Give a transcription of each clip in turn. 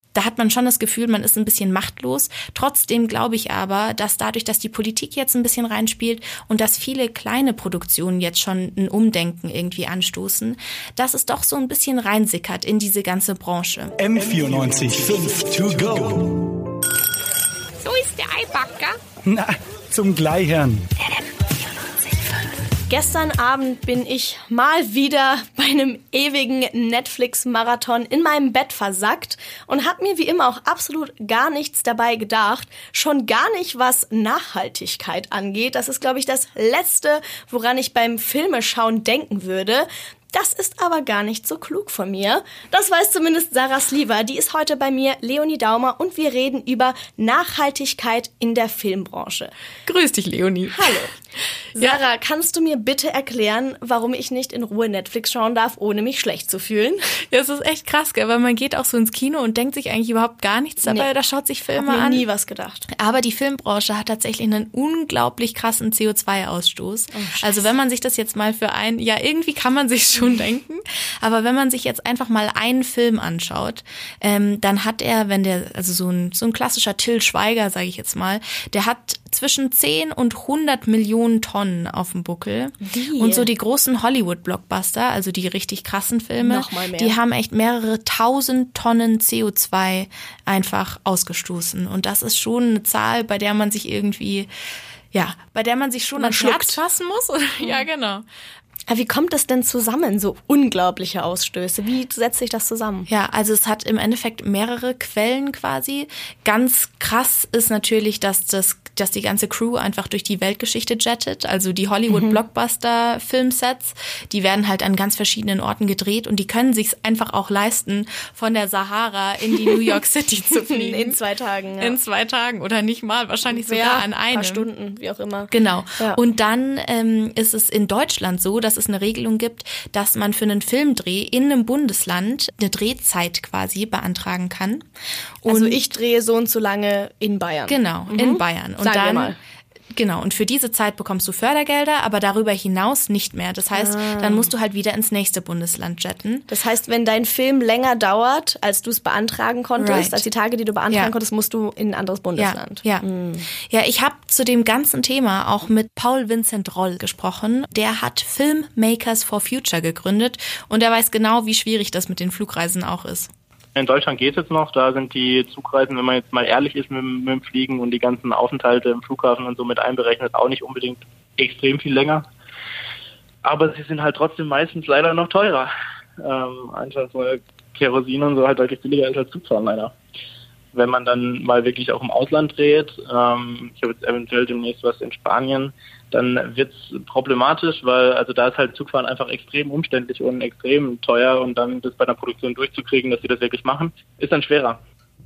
Da hat man schon das Gefühl, man ist ein bisschen machtlos. Trotzdem glaube ich aber, dass dadurch, dass die Politik jetzt ein bisschen reinspielt und dass viele kleine Produktionen jetzt schon ein Umdenken irgendwie anstoßen, dass es doch so ein bisschen reinsickert in diese ganze Branche. M94.5 to go. So ist der Eibacker. Na, zum Gleichern. Gestern Abend bin ich mal wieder bei einem ewigen Netflix-Marathon in meinem Bett versackt und habe mir wie immer auch absolut gar nichts dabei gedacht. Schon gar nicht, was Nachhaltigkeit angeht. Das ist, glaube ich, das Letzte, woran ich beim Filmeschauen denken würde. Das ist aber gar nicht so klug von mir. Das weiß zumindest Sarah Sliwa. Die ist heute bei mir, Leonie Daumer, und wir reden über Nachhaltigkeit in der Filmbranche. Grüß dich, Leonie. Hallo. Sarah, kannst du mir bitte erklären, warum ich nicht in Ruhe Netflix schauen darf, ohne mich schlecht zu fühlen? Ja, es ist echt krass, gell? Weil man geht auch so ins Kino und denkt sich eigentlich überhaupt gar nichts dabei. Da schaut sich Filme an. Hab mir nie was gedacht. Aber die Filmbranche hat tatsächlich einen unglaublich krassen CO2-Ausstoß. Also wenn man sich das jetzt mal irgendwie kann man sich schon denken, aber wenn man sich jetzt einfach mal einen Film anschaut, dann hat er, so ein klassischer Till Schweiger, sage ich jetzt mal, der hat zwischen 10 und 100 Millionen Tonnen auf dem Buckel. Und so die großen Hollywood-Blockbuster, also die richtig krassen Filme, die haben echt mehrere tausend Tonnen CO2 einfach ausgestoßen. Und das ist schon eine Zahl, bei der man sich schon ans Herz fassen muss. Ja, genau. Aber wie kommt das denn zusammen, so unglaubliche Ausstöße? Wie setzt sich das zusammen? Ja, also es hat im Endeffekt mehrere Quellen quasi. Ganz krass ist natürlich, dass die ganze Crew einfach durch die Weltgeschichte jettet. Also die Hollywood-Blockbuster-Filmsets, die werden halt an ganz verschiedenen Orten gedreht und die können sich's einfach auch leisten, von der Sahara in die New York City zu fliegen. In 2 Tagen. Ja. In 2 Tagen oder nicht mal, wahrscheinlich sogar an einem. Ein paar Stunden, wie auch immer. Genau. Ja. Und dann ist es in Deutschland so, dass es eine Regelung gibt, dass man für einen Filmdreh in einem Bundesland eine Drehzeit quasi beantragen kann. Und also ich drehe so und so lange in Bayern. Genau, in Bayern. Und Sagen wir mal. Genau, und für diese Zeit bekommst du Fördergelder, aber darüber hinaus nicht mehr. Das heißt, dann musst du halt wieder ins nächste Bundesland jetten. Das heißt, wenn dein Film länger dauert, als du es beantragen konntest, als die Tage, die du beantragen konntest, musst du in ein anderes Bundesland. Ja, ich habe zu dem ganzen Thema auch mit Paul Vincent Roll gesprochen. Der hat Filmmakers for Future gegründet und er weiß genau, wie schwierig das mit den Flugreisen auch ist. In Deutschland geht es jetzt noch, da sind die Zugreisen, wenn man jetzt mal ehrlich ist mit dem Fliegen und die ganzen Aufenthalte im Flughafen und so mit einberechnet, auch nicht unbedingt extrem viel länger. Aber sie sind halt trotzdem meistens leider noch teurer. Einfach weil Kerosin und so halt deutlich billiger ist als Zugfahren leider. Wenn man dann mal wirklich auch im Ausland dreht, ich habe jetzt eventuell demnächst was in Spanien, dann wird's problematisch, weil also da ist halt Zugfahren einfach extrem umständlich und extrem teuer und dann das bei einer Produktion durchzukriegen, dass sie das wirklich machen, ist dann schwerer.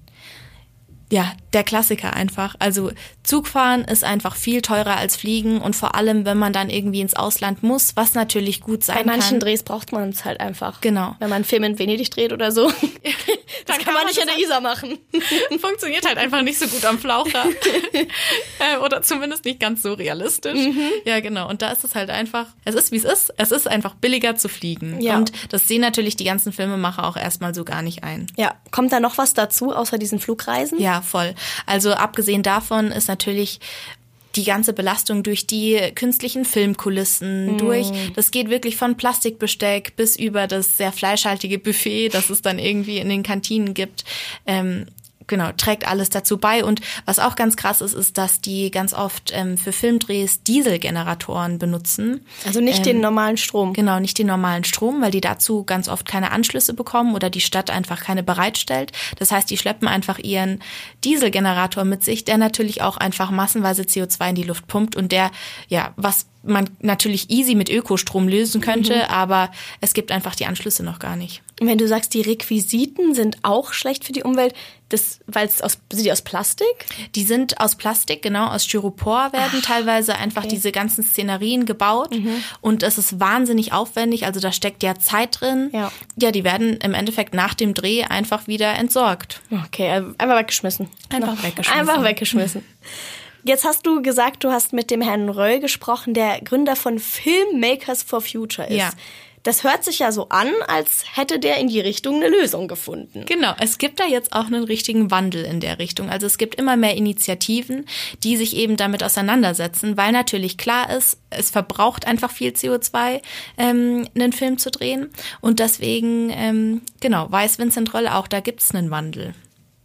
Ja, der Klassiker einfach. Also Zugfahren ist einfach viel teurer als Fliegen und vor allem, wenn man dann irgendwie ins Ausland muss, was natürlich gut sein kann. Bei manchen Drehs braucht man es halt einfach. Genau. Wenn man einen Film in Venedig dreht oder so, das kann man nicht in der Isar machen. Funktioniert halt einfach nicht so gut am Flaucher. Oder zumindest nicht ganz so realistisch. Ja, genau. Und da ist es halt einfach, es ist wie es ist. Es ist einfach billiger zu fliegen. Ja. Und das sehen natürlich die ganzen Filmemacher auch erstmal so gar nicht ein. Ja, kommt da noch was dazu, außer diesen Flugreisen? Ja, voll. Also abgesehen davon ist natürlich die ganze Belastung durch die künstlichen Filmkulissen, das geht wirklich von Plastikbesteck bis über das sehr fleischhaltige Buffet, das es dann irgendwie in den Kantinen gibt. Genau, trägt alles dazu bei. Und was auch ganz krass ist, ist, dass die ganz oft für Filmdrehs Dieselgeneratoren benutzen. Also nicht den normalen Strom. Genau, nicht den normalen Strom, weil die dazu ganz oft keine Anschlüsse bekommen oder die Stadt einfach keine bereitstellt. Das heißt, die schleppen einfach ihren Dieselgenerator mit sich, der natürlich auch einfach massenweise CO2 in die Luft pumpt und der, ja, was man natürlich easy mit Ökostrom lösen könnte, aber es gibt einfach die Anschlüsse noch gar nicht. Und wenn du sagst, die Requisiten sind auch schlecht für die Umwelt, sind die aus Plastik? Die sind aus Plastik, genau, aus Styropor werden teilweise einfach diese ganzen Szenerien gebaut und es ist wahnsinnig aufwendig, also da steckt ja Zeit drin. Ja, die werden im Endeffekt nach dem Dreh einfach wieder entsorgt. Okay, einfach weggeschmissen. Einfach weggeschmissen. Jetzt hast du gesagt, du hast mit dem Herrn Röll gesprochen, der Gründer von Filmmakers for Future ist. Ja. Das hört sich ja so an, als hätte der in die Richtung eine Lösung gefunden. Genau, es gibt da jetzt auch einen richtigen Wandel in der Richtung. Also es gibt immer mehr Initiativen, die sich eben damit auseinandersetzen, weil natürlich klar ist, es verbraucht einfach viel CO2, einen Film zu drehen. Und deswegen, weiß Vincent Röll auch, da gibt's einen Wandel.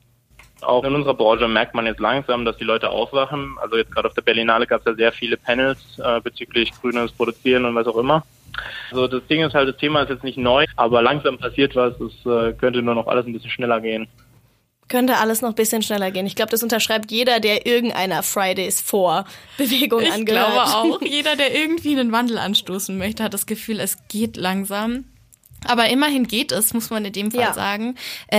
Auch in unserer Branche merkt man jetzt langsam, dass die Leute aufwachen. Also jetzt gerade auf der Berlinale gab es ja sehr viele Panels bezüglich grünes Produzieren und was auch immer. Also das Ding ist halt, das Thema ist jetzt nicht neu, aber langsam passiert was. Es könnte nur noch alles ein bisschen schneller gehen. Könnte alles noch ein bisschen schneller gehen. Ich glaube, das unterschreibt jeder, der irgendeiner Fridays for Bewegung angehört. Ich glaube auch, jeder, der irgendwie einen Wandel anstoßen möchte, hat das Gefühl, es geht langsam. Aber immerhin geht es, muss man in dem Fall sagen.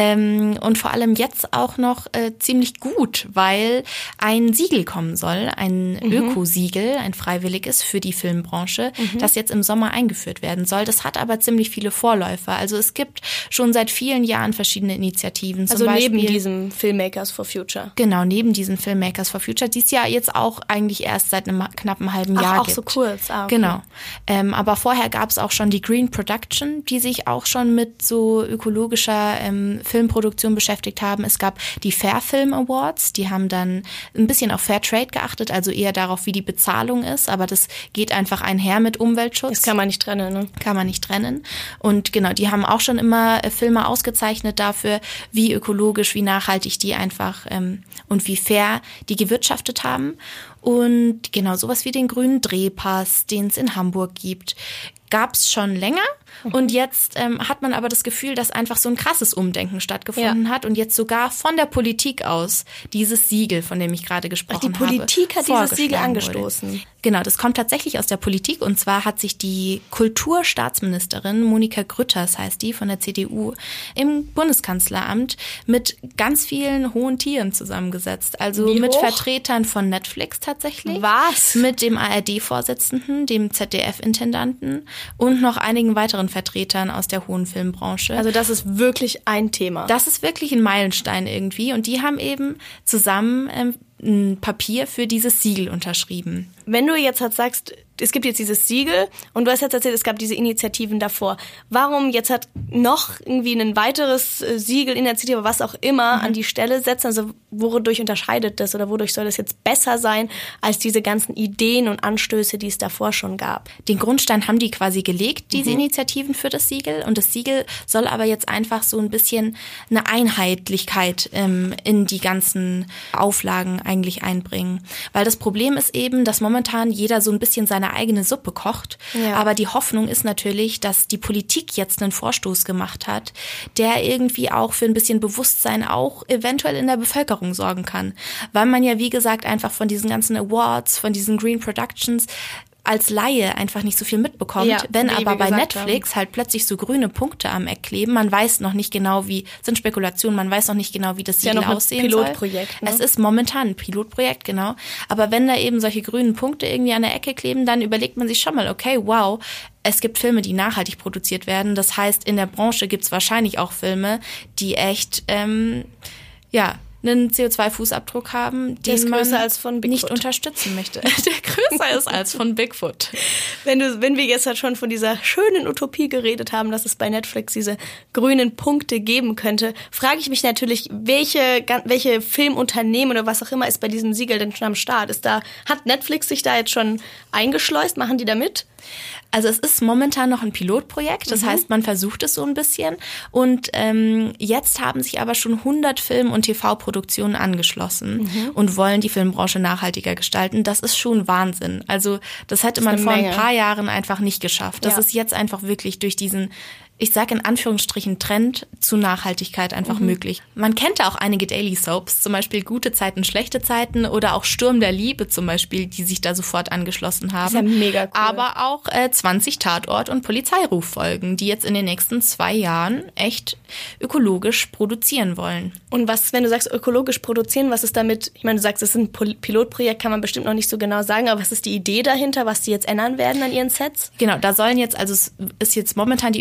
Und vor allem jetzt auch noch ziemlich gut, weil ein Siegel kommen soll, ein Ökosiegel, ein freiwilliges für die Filmbranche, das jetzt im Sommer eingeführt werden soll. Das hat aber ziemlich viele Vorläufer. Also es gibt schon seit vielen Jahren verschiedene Initiativen. Also zum Beispiel, neben diesem Filmmakers for Future. Genau, neben diesem Filmmakers for Future, die es ja jetzt auch eigentlich erst seit einem knappen halben Jahr gibt. Auch so kurz. Okay. Genau. Aber vorher gab es auch schon die Green Production, die sich auch schon mit so ökologischer Filmproduktion beschäftigt haben. Es gab die Fair Film Awards, die haben dann ein bisschen auf Fair Trade geachtet, also eher darauf, wie die Bezahlung ist, aber das geht einfach einher mit Umweltschutz. Das kann man nicht trennen, ne? Kann man nicht trennen. Und genau, die haben auch schon immer Filme ausgezeichnet dafür, wie ökologisch, wie nachhaltig die einfach und wie fair die gewirtschaftet haben. Und genau, sowas wie den grünen Drehpass, den es in Hamburg gibt, gab es schon länger. Und jetzt hat man aber das Gefühl, dass einfach so ein krasses Umdenken stattgefunden hat und jetzt sogar von der Politik aus dieses Siegel, von dem ich gerade gesprochen habe, die Politik hat dieses Siegel angestoßen. Wurde. Genau, das kommt tatsächlich aus der Politik und zwar hat sich die Kulturstaatsministerin Monika Grütters, heißt die, von der CDU, im Bundeskanzleramt mit ganz vielen hohen Tieren zusammengesetzt. Also mit Vertretern von Netflix tatsächlich. Was? Mit dem ARD-Vorsitzenden, dem ZDF-Intendanten und noch einigen weiteren Vertretern aus der hohen Filmbranche. Also das ist wirklich ein Thema. Das ist wirklich ein Meilenstein irgendwie und die haben eben zusammen ein Papier für dieses Siegel unterschrieben. Wenn du jetzt halt sagst, es gibt jetzt dieses Siegel und du hast jetzt erzählt, es gab diese Initiativen davor. Warum jetzt halt noch irgendwie ein weiteres Siegel, Initiative, was auch immer, an die Stelle setzen? Also wodurch unterscheidet das oder wodurch soll das jetzt besser sein als diese ganzen Ideen und Anstöße, die es davor schon gab? Den Grundstein haben die quasi gelegt, diese Initiativen für das Siegel. Und das Siegel soll aber jetzt einfach so ein bisschen eine Einheitlichkeit in die ganzen Auflagen eigentlich einbringen. Weil das Problem ist eben, dass momentan jeder so ein bisschen seine eigene Suppe kocht. Ja. Aber die Hoffnung ist natürlich, dass die Politik jetzt einen Vorstoß gemacht hat, der irgendwie auch für ein bisschen Bewusstsein auch eventuell in der Bevölkerung sorgen kann. Weil man ja, wie gesagt, einfach von diesen ganzen Awards, von diesen Green Productions als Laie einfach nicht so viel mitbekommt. Wenn aber bei Netflix halt plötzlich so grüne Punkte am Eck kleben, man weiß noch nicht genau, sind Spekulationen, man weiß noch nicht genau, wie das Siegel aussehen soll. Pilotprojekt, ne? Es ist momentan ein Pilotprojekt, genau. Aber wenn da eben solche grünen Punkte irgendwie an der Ecke kleben, dann überlegt man sich schon mal, okay, wow, es gibt Filme, die nachhaltig produziert werden. Das heißt, in der Branche gibt es wahrscheinlich auch Filme, die echt, einen CO2-Fußabdruck haben, den man nicht unterstützen möchte. Der größer ist als von Bigfoot. Wenn wir jetzt halt schon von dieser schönen Utopie geredet haben, dass es bei Netflix diese grünen Punkte geben könnte, frage ich mich natürlich, welche Filmunternehmen oder was auch immer ist bei diesem Siegel denn schon am Start? Hat Netflix sich da jetzt schon eingeschleust? Machen die da mit? Also es ist momentan noch ein Pilotprojekt, das heißt, man versucht es so ein bisschen und jetzt haben sich aber schon 100 Film- und TV-Produktionen angeschlossen und wollen die Filmbranche nachhaltiger gestalten. Das ist schon Wahnsinn. Also das hätte man vor ein paar Jahren einfach nicht geschafft. Das ist jetzt einfach wirklich durch diesen, ich sage in Anführungsstrichen, Trend zu Nachhaltigkeit einfach möglich. Man kennt da auch einige Daily Soaps, zum Beispiel Gute Zeiten, Schlechte Zeiten oder auch Sturm der Liebe zum Beispiel, die sich da sofort angeschlossen haben. Das ist ja mega cool. Aber auch 20 Tatort- und Polizeiruffolgen, die jetzt in den nächsten 2 Jahren echt ökologisch produzieren wollen. Und was, wenn du sagst ökologisch produzieren, was ist damit, ich meine, du sagst, es ist ein Pilotprojekt, kann man bestimmt noch nicht so genau sagen, aber was ist die Idee dahinter, was die jetzt ändern werden an ihren Sets? Genau, da sollen jetzt, also es ist jetzt momentan die Überlegung,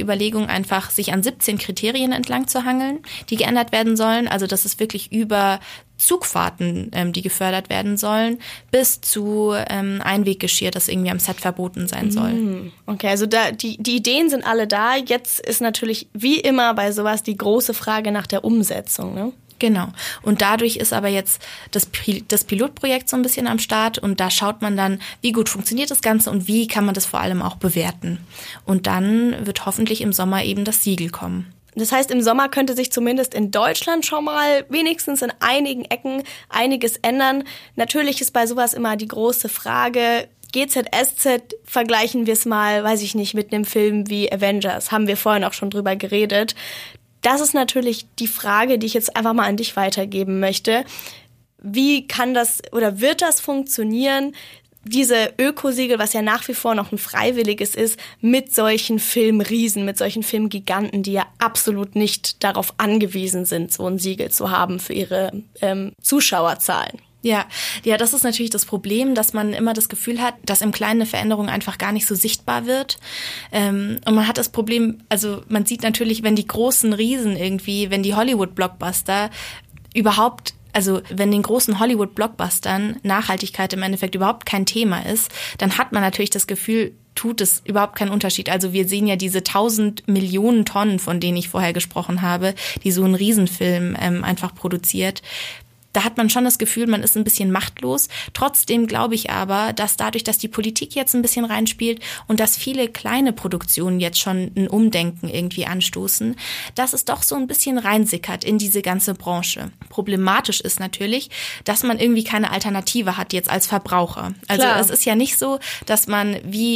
einfach sich an 17 Kriterien entlang zu hangeln, die geändert werden sollen. Also das ist wirklich über Zugfahrten, die gefördert werden sollen, bis zu Einweggeschirr, das irgendwie am Set verboten sein soll. Okay, also die Ideen sind alle da. Jetzt ist natürlich wie immer bei sowas die große Frage nach der Umsetzung, ne? Genau. Und dadurch ist aber jetzt das Pilotprojekt so ein bisschen am Start und da schaut man dann, wie gut funktioniert das Ganze und wie kann man das vor allem auch bewerten. Und dann wird hoffentlich im Sommer eben das Siegel kommen. Das heißt, im Sommer könnte sich zumindest in Deutschland schon mal wenigstens in einigen Ecken einiges ändern. Natürlich ist bei sowas immer die große Frage, GZSZ, vergleichen wir es mal, weiß ich nicht, mit einem Film wie Avengers. Haben wir vorhin auch schon drüber geredet. Das ist natürlich die Frage, die ich jetzt einfach mal an dich weitergeben möchte. Wie kann das oder wird das funktionieren, diese Ökosiegel, was ja nach wie vor noch ein freiwilliges ist, mit solchen Filmriesen, mit solchen Filmgiganten, die ja absolut nicht darauf angewiesen sind, so ein Siegel zu haben für ihre Zuschauerzahlen? Ja, das ist natürlich das Problem, dass man immer das Gefühl hat, dass im Kleinen eine Veränderung einfach gar nicht so sichtbar wird. Und man hat das Problem, also man sieht natürlich, wenn die großen Riesen irgendwie, wenn die Hollywood-Blockbuster überhaupt, also wenn den großen Hollywood-Blockbustern Nachhaltigkeit im Endeffekt überhaupt kein Thema ist, dann hat man natürlich das Gefühl, tut es überhaupt keinen Unterschied. Also wir sehen ja diese 1000 Millionen Tonnen, von denen ich vorher gesprochen habe, die so ein Riesenfilm einfach produziert. Da hat man schon das Gefühl, man ist ein bisschen machtlos. Trotzdem glaube ich aber, dass dadurch, dass die Politik jetzt ein bisschen reinspielt und dass viele kleine Produktionen jetzt schon ein Umdenken irgendwie anstoßen, dass es doch so ein bisschen reinsickert in diese ganze Branche. Problematisch ist natürlich, dass man irgendwie keine Alternative hat jetzt als Verbraucher. Also Klar. Es ist ja nicht so, dass man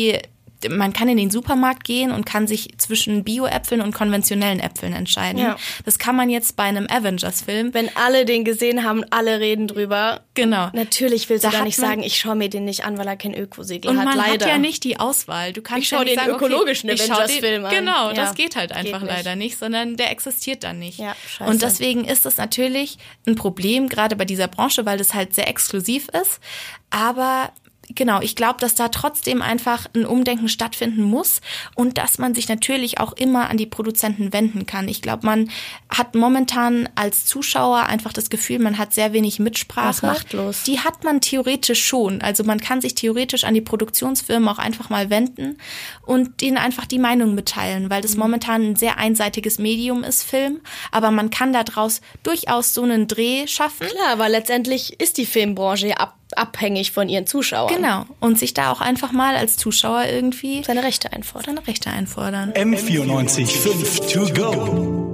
kann in den Supermarkt gehen und kann sich zwischen Bio-Äpfeln und konventionellen Äpfeln entscheiden. Ja. Das kann man jetzt bei einem Avengers-Film. Wenn alle den gesehen haben, alle reden drüber. Genau. Natürlich willst du da nicht sagen, ich schaue mir den nicht an, weil er kein Ökosiegel hat. Und man leider. hat ja nicht die Auswahl. Du kannst ich schaue den ökologischen Avengers-Film an. Genau, ja, das geht halt einfach leider nicht, sondern der existiert dann nicht. Ja, scheiße. Und deswegen ist das natürlich ein Problem, gerade bei dieser Branche, weil das halt sehr exklusiv ist. Aber genau, ich glaube, dass da trotzdem einfach ein Umdenken stattfinden muss und dass man sich natürlich auch immer an die Produzenten wenden kann. Ich glaube, man hat momentan als Zuschauer einfach das Gefühl, man hat sehr wenig Mitsprache. Das ist machtlos. Die hat man theoretisch schon. Also man kann sich theoretisch an die Produktionsfirmen auch einfach mal wenden und denen einfach die Meinung mitteilen, weil das momentan ein sehr einseitiges Medium ist, Film. Aber man kann daraus durchaus so einen Dreh schaffen. Klar, aber letztendlich ist die Filmbranche ja abhängig von ihren Zuschauern. Genau. Und sich da auch einfach mal als Zuschauer irgendwie seine Rechte einfordern. M94.5 to go.